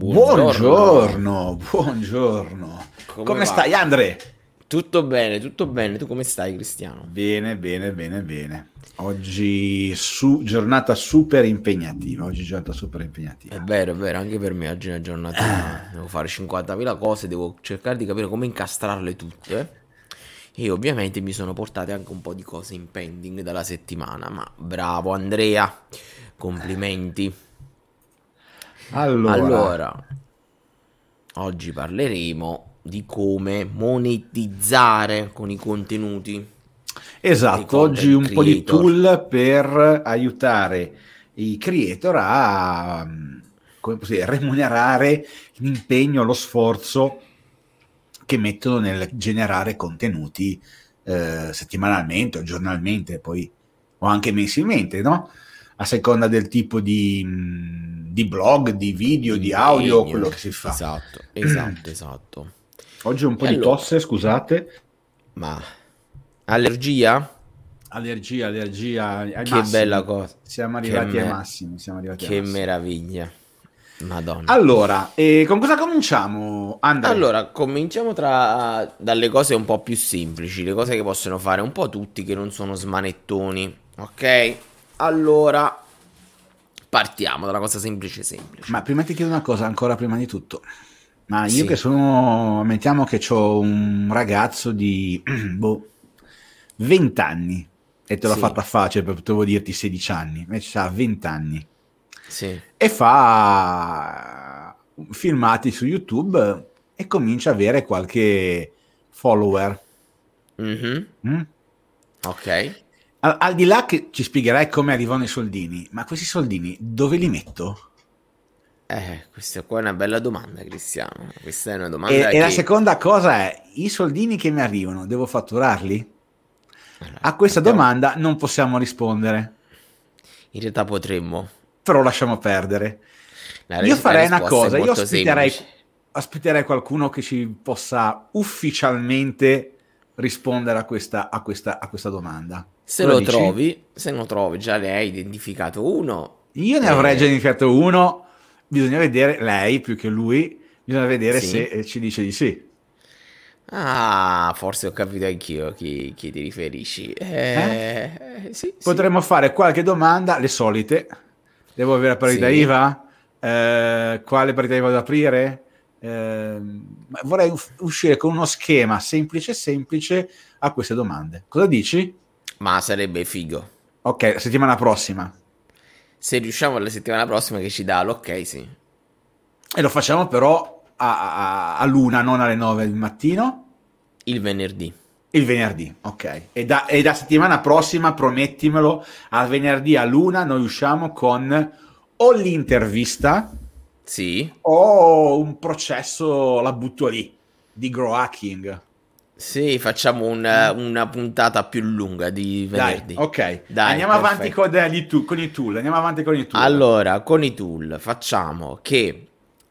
Buongiorno. Buongiorno. Come Come va? stai, Andre? Tutto bene, tutto bene. Tu come stai, Cristiano? Bene, bene, bene, bene. Oggi giornata super impegnativa. Oggi giornata super impegnativa. È vero, anche per me oggi è una giornata, devo fare 50.000 cose, devo cercare di capire come incastrarle tutte. E ovviamente mi sono portate anche un po' di cose in pending dalla settimana, ma bravo Andrea, complimenti. Allora, Allora, oggi parleremo di come monetizzare con i contenuti dei esatto, oggi content un po' di creator. tool per aiutare i creator a, come posso dire, remunerare l'impegno, lo sforzo che mettono nel generare contenuti settimanalmente o giornalmente, poi o anche mensilmente, no? A seconda del tipo di blog, di video, di audio, quello Impegno, che si fa. esatto, esatto, esatto. Oggi ho un po' E di allora, tosse, scusate. ma allergia? Allergia, allergia ai Che bella massimi. cosa, Siamo che, arrivati ai me- massimi, siamo arrivati ai che massimi. meraviglia, Madonna. Allora, con cosa cominciamo, Andre? Allora, cominciamo dalle cose un po' più semplici, le cose che possono fare un po' tutti che non sono smanettoni, ok? Allora, partiamo dalla cosa semplice semplice. Ma prima ti chiedo una cosa, ancora prima di tutto. Ma io che Sì, sono, ammettiamo che ho un ragazzo di 20 anni, e te l'ho sì, fatta facile, potevo dirti 16 anni, invece ha 20 anni, sì. e fa filmati su YouTube e comincia a avere qualche follower. Mhm. Mm? Ok. Al di là che ci spiegherai come arrivano i soldini, ma questi soldini dove li metto? Questa qua è una bella domanda, Cristiano. Questa è una E, domanda e la che... seconda cosa è, i soldini che mi arrivano, devo fatturarli? Allora, A questa partiamo... domanda non possiamo rispondere, In realtà potremmo. però lasciamo perdere. La, Io la farei una risposta è cosa, io molto semplice. ospiterei qualcuno che ci possa ufficialmente rispondere a questa domanda. Cosa dici? Se lo trovi, già ne hai identificato uno. Io ne avrei già Eh, iniziato uno, bisogna vedere, lei più che lui, bisogna vedere se sì. ci dice di sì. Ah, forse ho capito anch'io a chi ti riferisci. Eh? Sì, sì, Potremmo fare qualche domanda, le solite. Devo avere partita sì. IVA? Quale partita IVA da aprire? Vorrei uscire con uno schema semplice semplice a queste domande. Cosa dici? Ma sarebbe figo. Ok, la settimana prossima. Se riusciamo la settimana prossima che ci dà l'ok, sì. E lo facciamo però a luna, non alle 9 del mattino. Il venerdì. Il venerdì, ok. E da settimana prossima, promettimelo, a venerdì a luna noi usciamo con o l'intervista Sì. o un processo, la butto lì, di grow hacking. Sì, facciamo Mm? una puntata più lunga di Dai, venerdì. ok. Dai, Andiamo avanti perfetto. con i tool. Andiamo avanti con i tool. Allora, con i tool facciamo che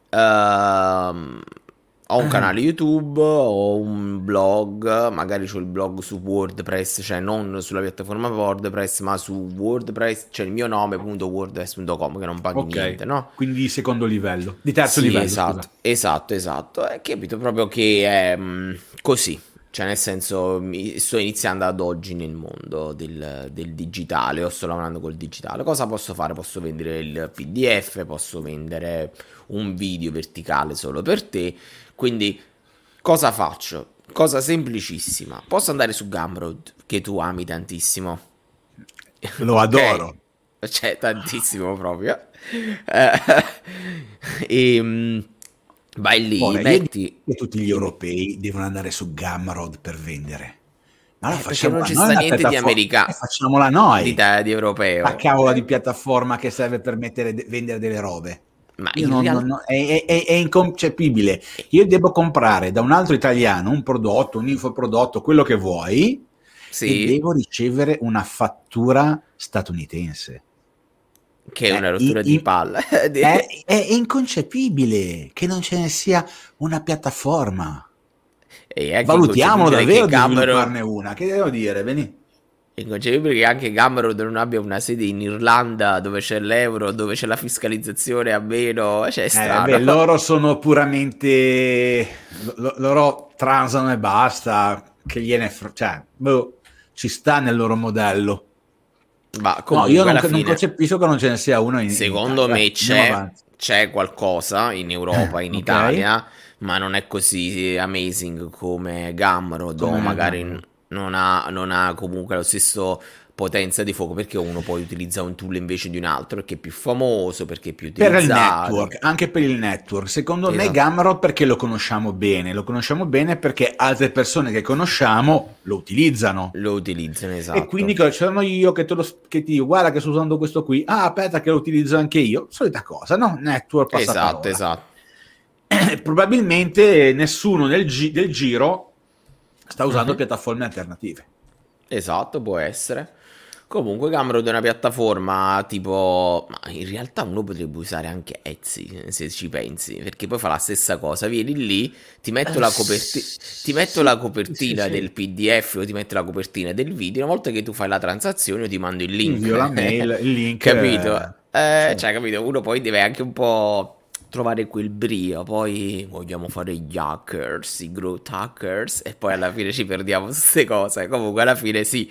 ho un canale YouTube, ho un blog, magari c'ho il blog su WordPress, cioè non sulla piattaforma WordPress, ma su WordPress, cioè il mio nome.wordpress.com che non paghi Ok, niente, no? quindi di secondo livello, di terzo Sì, livello, scusa. esatto, esatto, esatto. E capito proprio che è così. Cioè, nel senso, sto iniziando ad oggi nel mondo del digitale, o sto lavorando col digitale. Cosa posso fare? Posso vendere il PDF, posso vendere un video verticale solo per te. Quindi, cosa faccio? Cosa semplicissima. Posso andare su Gumroad, che tu ami tantissimo. Lo Ok? adoro. Cioè, tantissimo proprio. Eh, e vai lì, Ora, io dico metti... che tutti gli europei devono andare su Gumroad per vendere. Ma allora Perché non facciamola ci noi sta una niente di piattaforma, americano, facciamola noi. di La europeo. cavola di piattaforma che serve per vendere delle robe. Ma Io in realtà... è inconcepibile. Io devo comprare da un altro italiano un prodotto, un infoprodotto, quello che vuoi, e Sì, devo ricevere una fattura statunitense. che è Cioè, una rottura di palle. è inconcepibile che non ce ne sia una piattaforma. E anche Valutiamolo inconcepibile che davvero di Cameron... svilupparne una. Che devo dire? Veni. È inconcepibile che anche Cameron non abbia una sede in Irlanda dove c'è l'euro, dove c'è la fiscalizzazione a meno, cioè è strano. Beh, loro sono puramente... loro transano e basta, che cioè, boh, ci sta nel loro modello. Ma No, io comunque alla non fine, concepisco che non ce ne sia uno in Italia. secondo Vai, me andiamo avanti. c'è qualcosa in Europa, in Ok, Italia, ma non è così amazing come Gumroad o come magari Gumroad. non ha comunque lo stesso potenza di fuoco perché uno poi utilizza un tool invece di un altro perché è più famoso, perché è più Per il utilizzato. network, anche per il network. Secondo me Esatto, Gumroad perché lo conosciamo bene perché altre persone che conosciamo lo utilizzano. lo utilizzano, E quindi esatto. cosa sono io che ti dico, guarda che sto usando questo qui. Ah, aspetta che lo utilizzo anche io. Solita cosa, no? Network, Esatto, passaparola. esatto. Probabilmente nessuno del giro sta usando Mhm. piattaforme alternative. Esatto, può essere. Comunque Gumroad è una piattaforma tipo... Ma in realtà uno potrebbe usare anche Etsy, se ci pensi, perché poi fa la stessa cosa. Vieni lì, ti metto la Sì, copertina del sì. PDF o ti metto la copertina del video. Una volta che tu fai la transazione io ti mando il Ti invio la link. mail, il link. Capito? Sì. Cioè, capito? Uno poi deve anche un po' trovare quel brio. Poi vogliamo fare gli hackers, i growth hackers, e poi alla fine ci perdiamo su queste cose. Comunque alla fine sì.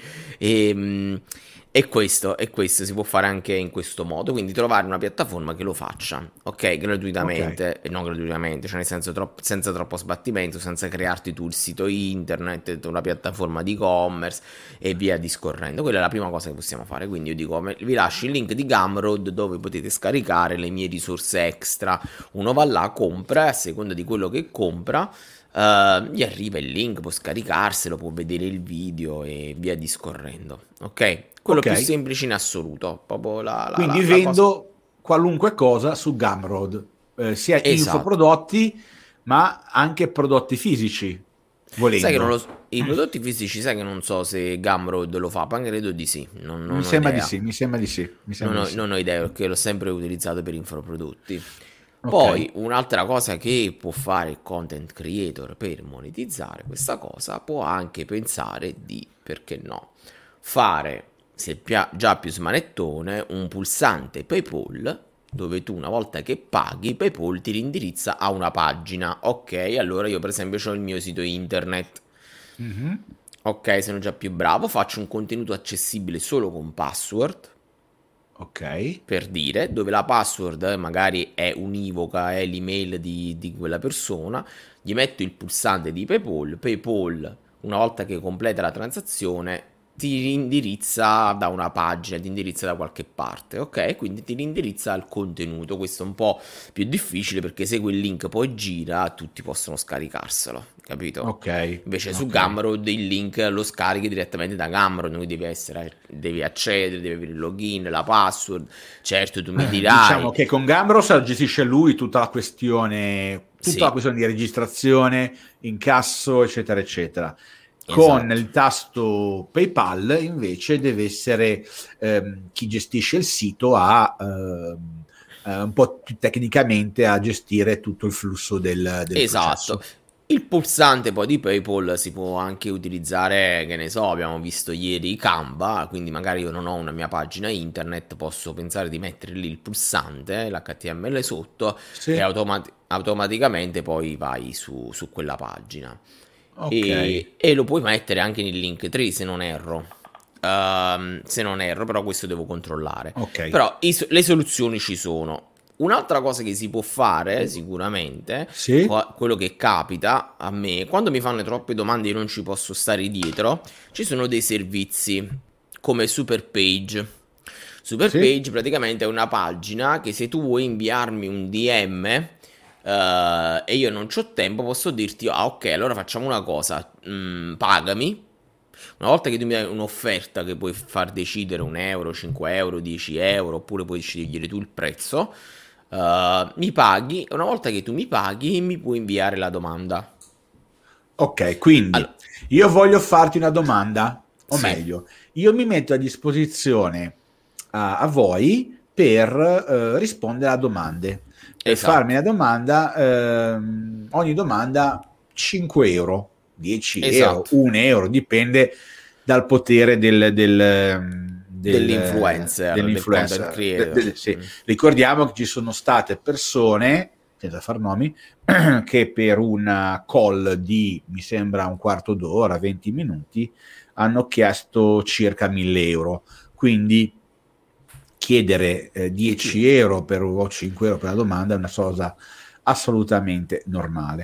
E questo si può fare anche in questo modo, quindi trovare una piattaforma che lo faccia, ok? Ok, Gratuitamente, e non gratuitamente, cioè nel senso senza troppo sbattimento, senza crearti tu il sito internet, una piattaforma di e-commerce e via discorrendo. Quella è la prima cosa che possiamo fare, quindi io dico, vi lascio il link di Gumroad dove potete scaricare le mie risorse extra. Uno va là, compra, e a seconda di quello che compra gli arriva il link, può scaricarselo, può vedere il video e via discorrendo. Ok? Quello ok. più semplice in assoluto. Proprio Quindi la cosa. vendo qualunque cosa su Gumroad, sia Esatto. infoprodotti, ma anche prodotti fisici, Sai che non volendo. lo. I prodotti fisici, sai che non so se Gumroad lo fa, ma credo di sì. Mi Non ho sembra di idea. sì, mi sembra di sì, mi sembra di sì. Non ho idea perché l'ho sempre utilizzato per infoprodotti. Ok, Poi un'altra cosa che può fare il content creator per monetizzare questa cosa, può anche pensare di, perché no, fare, se già più smanettone, un pulsante PayPal dove tu una volta che paghi PayPal ti rindirizza a una pagina. Ok, allora io per esempio ho il mio sito internet. mhm, Ok, sono già più bravo, faccio un contenuto accessibile solo con password ok, per dire, dove la password magari è univoca, è l'email di quella persona, gli metto il pulsante di PayPal, PayPal una volta che completa la transazione ti indirizza da una pagina, ti indirizza da qualche parte, ok? Quindi ti indirizza al contenuto, questo è un po' più difficile perché se quel link poi gira tutti possono scaricarselo, capito? ok, Invece su ok. Gumroad il link lo scarichi direttamente da Gumroad, quindi devi accedere, devi avere il login, la password. Certo, tu mi dirai, Diciamo che con Gambros gestisce lui tutta la sì, questione di registrazione, incasso, eccetera, eccetera. Con esatto, il tasto PayPal invece deve essere chi gestisce il sito un po' più tecnicamente a gestire tutto il flusso del esatto. processo. Il pulsante poi di PayPal si può anche utilizzare, che ne so, abbiamo visto ieri Canva, quindi magari io non ho una mia pagina internet, posso pensare di mettere lì il pulsante, l'HTML sotto e Sì, automaticamente poi vai su quella pagina. ok, E lo puoi mettere anche nel link tree se non erro. Se non erro, però questo devo controllare. ok. Però le soluzioni ci sono. Un'altra cosa che si può fare sicuramente, Sì, quello che capita a me, quando mi fanno troppe domande e io non ci posso stare dietro, ci sono dei servizi come Superpage. sì, Superpage praticamente è una pagina che se tu vuoi inviarmi un DM e io non c'ho tempo, posso dirti, ah ok, allora facciamo una cosa, pagami. Una volta che tu mi dai un'offerta che puoi far decidere 1 euro, 5 euro, 10 euro, oppure puoi scegliere tu il prezzo, mi paghi, e una volta che tu mi paghi mi puoi inviare la domanda. ok. Quindi Allora, io voglio farti una domanda, o sì, meglio, io mi metto a disposizione a voi per rispondere a domande. Per farmi esatto, la domanda, ogni domanda 5 euro, 10 euro, esatto. 1 euro, dipende dal potere dell'influencer, del content dell'influencer. creator. Sì. Ricordiamo che ci sono state persone, senza far nomi, che per una call di, mi sembra, un quarto d'ora, 20 minuti, hanno chiesto circa 1.000 euro. Quindi chiedere 10 euro o 5 euro per la domanda è una cosa assolutamente normale.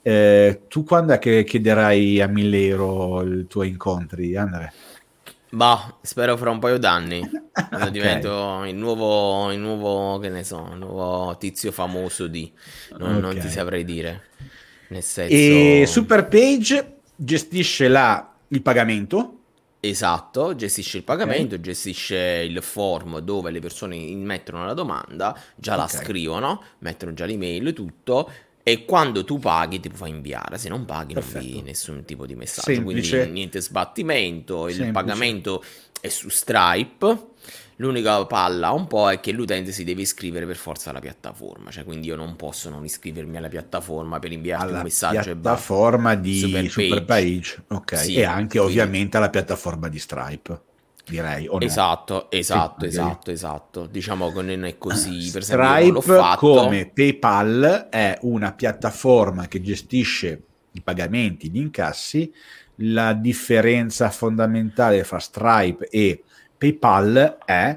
Tu quando è che chiederai a 1.000 euro i tuoi incontri, Andre? Bah, spero fra un paio d'anni. Quando Ok. divento il nuovo, che ne so, il nuovo tizio famoso di... Non ti Ok. saprei dire. Nel E senso... Superpage gestisce il pagamento. Esatto, gestisce il Ok. pagamento, gestisce il form dove le persone mettono la domanda, già la Ok. scrivono, mettono già l'email, tutto, e quando tu paghi ti fai inviare, se non paghi non invii Perfetto. nessun tipo di messaggio, quindi Semplice. niente sbattimento, il Semplice. pagamento è su Stripe. L'unica palla un po' è che l'utente si deve iscrivere per forza alla piattaforma, cioè quindi io non posso non iscrivermi alla piattaforma per inviarti un Alla messaggio e basta. piattaforma di Superpage. Superpage, ok, e Sì, anche quindi ovviamente alla piattaforma di Stripe, direi, o no? esatto, Sì, esatto, anche lì. esatto, esatto. Diciamo che non è così, per esempio io non l'ho Stripe, come fatto. PayPal, è una piattaforma che gestisce i pagamenti, gli incassi. La differenza fondamentale fra Stripe e PayPal è,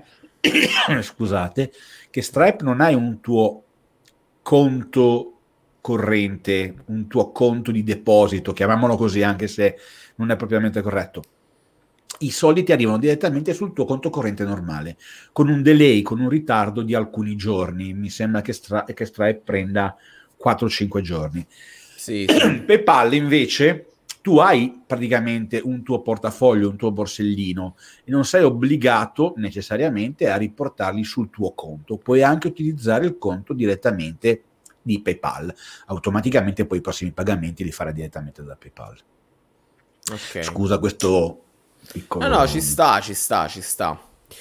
scusate, che Stripe non hai un tuo conto corrente, un tuo conto di deposito, chiamiamolo così, anche se non è propriamente corretto. I soldi ti arrivano direttamente sul tuo conto corrente normale, con un delay, con un ritardo di alcuni giorni. Mi sembra che Stripe prenda 4-5 giorni. Sì, sì. PayPal invece tu hai praticamente un tuo portafoglio, un tuo borsellino e non sei obbligato necessariamente a riportarli sul tuo conto. Puoi anche utilizzare il conto direttamente di PayPal. Automaticamente poi i prossimi pagamenti li farà direttamente da PayPal. Ok. Scusa questo No, no, ci piccolo... sta, ci sta, ci sta.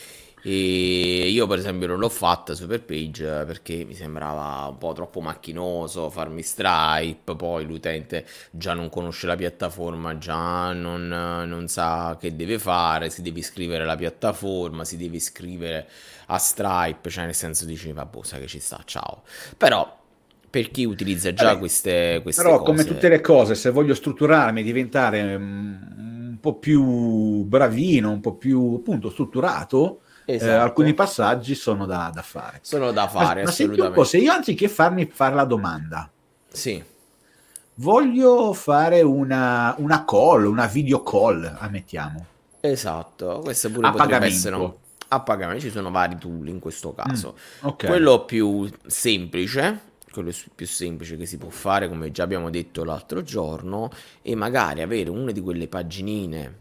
E io per esempio non l'ho fatta Superpage perché mi sembrava un po' troppo macchinoso farmi Stripe, poi l'utente già non conosce la piattaforma, già non sa che deve fare, si deve iscrivere alla piattaforma, si deve iscrivere a Stripe, cioè nel senso dici, vabbè, sai che ci sta, ciao. Però per chi utilizza già Vabbè, queste però come tutte cose, le cose, se voglio strutturarmi e diventare un po' più bravino, un po' più appunto strutturato, alcuni esatto, passaggi sono da fare. sono da Ma, fare ma senti un po', se assolutamente. io anziché farmi fare la domanda, Sì. voglio fare una call, una video call, ammettiamo, Esatto, questo pure a potrebbe essere pagamento. a pagamento, ci sono vari tool in questo Mm, caso. ok, Quello più semplice, quello più semplice che si può fare, come già abbiamo detto l'altro giorno, è magari avere una di quelle paginine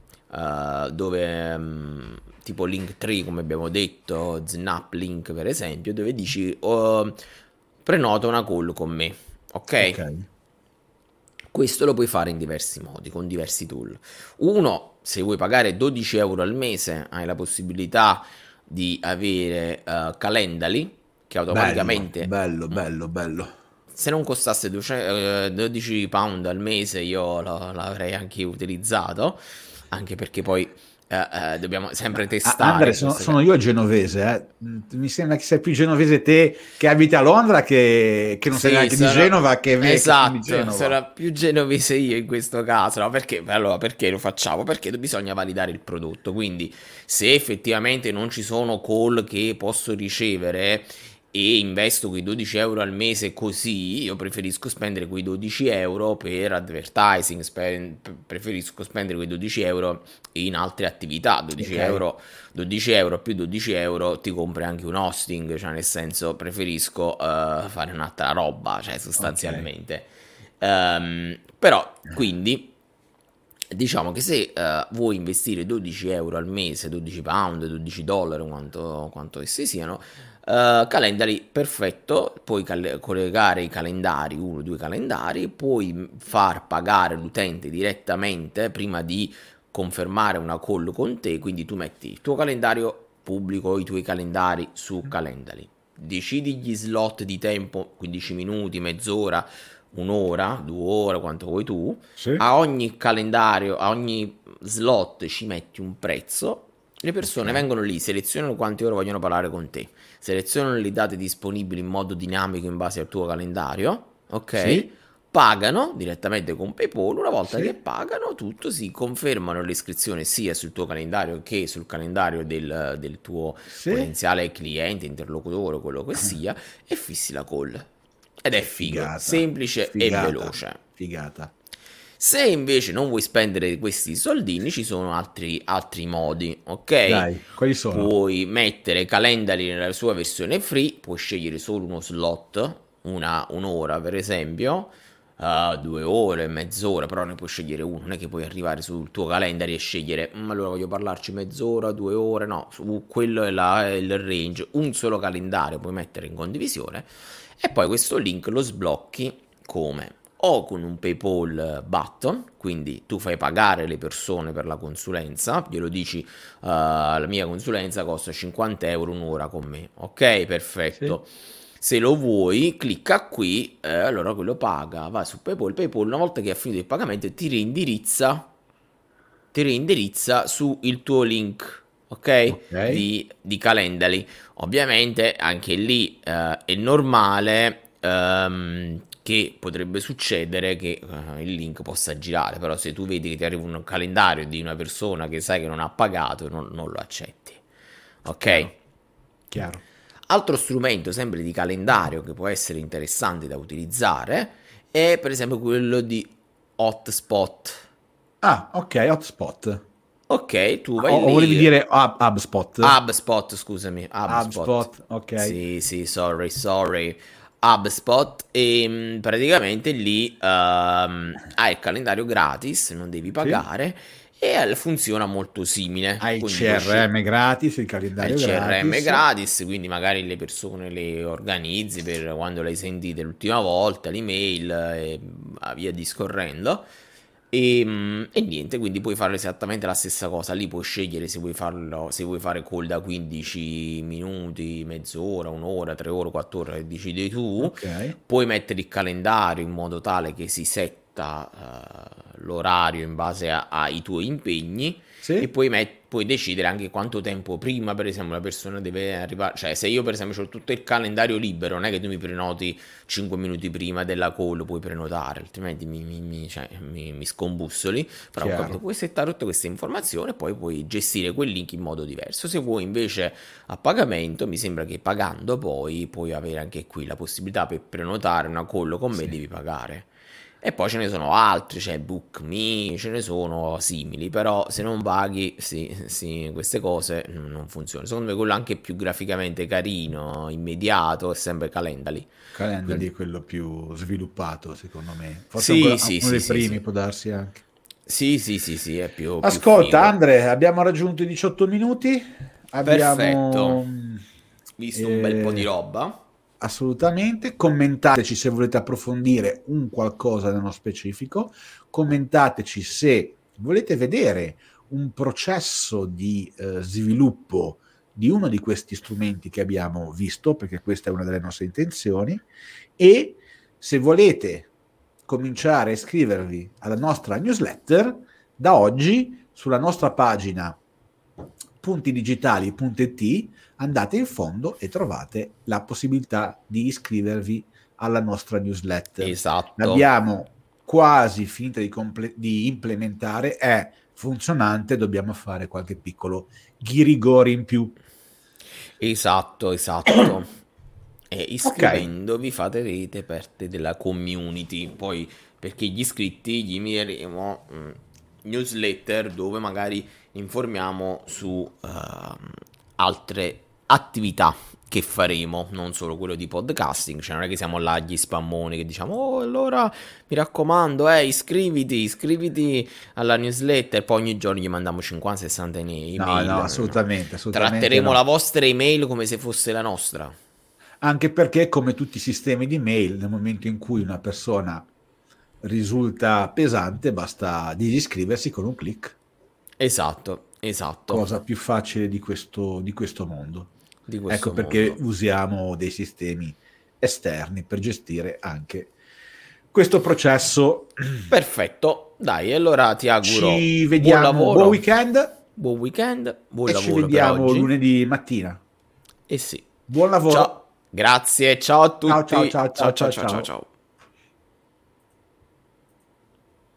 dove tipo Linktree, come abbiamo detto, Snap Link per esempio, dove dici oh, prenota una call con me, ok. ok? Questo lo puoi fare in diversi modi, con diversi tool. Uno, se vuoi pagare 12 euro al mese, hai la possibilità di avere Calendly, che Bello, automaticamente, bello, bello, bello. se non costasse 12 pound al mese, io l'avrei anche utilizzato, anche perché poi dobbiamo sempre Andre, testare sono io genovese, eh. Mi sembra che sei più genovese te che abiti a Londra che non sei Sì, neanche di Genova che me che sono di esatto, Genova. sarà più genovese io in questo caso, no? Perché, allora, perché lo facciamo? Perché bisogna validare il prodotto, quindi se effettivamente non ci sono call che posso ricevere e investo quei 12 euro al mese così, io preferisco spendere quei 12 euro per advertising, preferisco spendere quei 12 euro in altre attività, 12 Ok, euro 12 euro più 12 euro ti compri anche un hosting, cioè nel senso preferisco fare un'altra roba, cioè ok. sostanzialmente. Però, quindi, diciamo che se vuoi investire 12 euro al mese, 12 pound, 12 dollari, quanto essi siano, Calendly perfetto, puoi collegare i calendari, uno o due calendari, puoi far pagare l'utente direttamente prima di confermare una call con te, quindi tu metti il tuo calendario pubblico, i tuoi calendari su Calendly, decidi gli slot di tempo, 15 minuti, mezz'ora, un'ora, 2 ore, quanto vuoi tu. Sì, A ogni calendario, a ogni slot ci metti un prezzo. Le ok, persone vengono lì, selezionano quante ore vogliono parlare con te, selezionano le date disponibili in modo dinamico in base al tuo calendario, ok? sì, Pagano direttamente con PayPal. Una volta che sì, pagano, tutto si confermano l'iscrizione sia sul tuo calendario che sul calendario del tuo sì. potenziale cliente, interlocutore, quello che sia, e fissi la call. Ed è Che figo, figata, semplice e figata, veloce. figata. Se invece non vuoi spendere questi soldini, ci sono altri modi, ok? Dai, quali sono? Puoi mettere Calendly nella sua versione free, puoi scegliere solo uno slot, un'ora per esempio, 2 ore, mezz'ora, però ne puoi scegliere uno, non è che puoi arrivare sul tuo Calendly e scegliere, allora voglio parlarci mezz'ora, 2 ore, no, quello è il range, un solo calendario puoi mettere in condivisione e poi questo link lo sblocchi come? O con un PayPal button, quindi tu fai pagare le persone per la consulenza, glielo dici la mia consulenza costa 50 euro un'ora con me, ok, Sì. perfetto. Se lo vuoi, clicca qui, allora quello paga, va su PayPal, PayPal una volta che ha finito il pagamento ti reindirizza su il tuo link, ok? Ok, Di Calendly. Ovviamente anche lì è normale che potrebbe succedere che il link possa girare, però se tu vedi che ti arriva un calendario di una persona che sai che non ha pagato, non lo accetti, ok? chiaro, chiaro. Altro strumento sempre di calendario che può essere interessante da utilizzare è per esempio quello di Hotspot. Ah, ok, hotspot. Ok, tu Ah, vai o volevi lì. dire HubSpot? HubSpot, scusami, HubSpot. HubSpot, ok. Sì, sì, sorry. HubSpot e praticamente lì hai il calendario gratis, non devi Sì. pagare e funziona molto simile. Hai il Quindi puoi scegliere. CRM gratis, il Hai il calendario CRM gratis. gratis, quindi magari le persone le organizzi per quando le hai sentite l'ultima volta, l'email e via discorrendo. E niente, quindi puoi fare esattamente la stessa cosa. Lì puoi scegliere se vuoi farlo, se vuoi fare call da 15 minuti, mezz'ora, un'ora, 3 ore, 4 ore, che decidi tu. Ok, Puoi mettere il calendario in modo tale che si setta l'orario in base ai tuoi impegni e sì, puoi decidere anche quanto tempo prima, per esempio, la persona deve arrivare. Cioè, se io, per esempio, ho tutto il calendario libero, non è che tu mi prenoti 5 minuti prima della call, puoi prenotare, altrimenti mi scombussoli. Però ho capito, chiaro. puoi settare tutte queste informazioni e poi puoi gestire quel link in modo diverso. Se vuoi invece a pagamento, mi sembra che pagando poi puoi avere anche qui la possibilità per prenotare una call con me, Sì, devi pagare. E poi ce ne sono altri, c'è BookMe, ce ne sono simili, però se non paghi, sì, sì, queste cose non funzionano. Secondo me quello anche più graficamente carino, immediato, è sempre Calendly. Calendly Quindi è quello più sviluppato, secondo me. Forse sì, sì, uno sì, dei sì, sì. primi può darsi anche. Sì, sì, sì, sì, è più Ascolta, figo. Andre, abbiamo raggiunto i 18 minuti. Perfetto. Abbiamo Visto un bel po' di eh, roba. assolutamente. Commentateci se volete approfondire un qualcosa nello specifico. Commentateci se volete vedere un processo di sviluppo di uno di questi strumenti che abbiamo visto, perché questa è una delle nostre intenzioni. E se volete cominciare a iscrivervi alla nostra newsletter, da oggi sulla nostra pagina puntidigitali.it andate in fondo e trovate la possibilità di iscrivervi alla nostra newsletter. Esatto. L'abbiamo quasi finita di implementare, è funzionante, dobbiamo fare qualche piccolo ghirigori in più. Esatto, esatto. E Ok, iscrivendovi farete parte della community. Poi, perché gli iscritti gli invieremo newsletter dove magari informiamo su altre attività che faremo, non solo quello di podcasting. Cioè, non è che siamo là gli spammoni che diciamo, oh, allora mi raccomando, iscriviti alla newsletter. Poi ogni giorno gli mandiamo 50-60 no, no, email. No. assolutamente, assolutamente Tratteremo la no. vostra email come se fosse la nostra. Anche perché, come tutti i sistemi di mail, nel momento in cui una persona risulta pesante, basta disiscriversi con un clic. Esatto, esatto, Cosa più facile di questo mondo. di Ecco questo perché mondo. usiamo dei sistemi esterni per gestire anche questo processo. Perfetto, dai, allora ti auguro Ci vediamo, buon weekend. Buon weekend, buon e lavoro ci vediamo per oggi. lunedì mattina. Eh sì. Buon lavoro. Ciao. Grazie, ciao a tutti. Ciao. Ciao.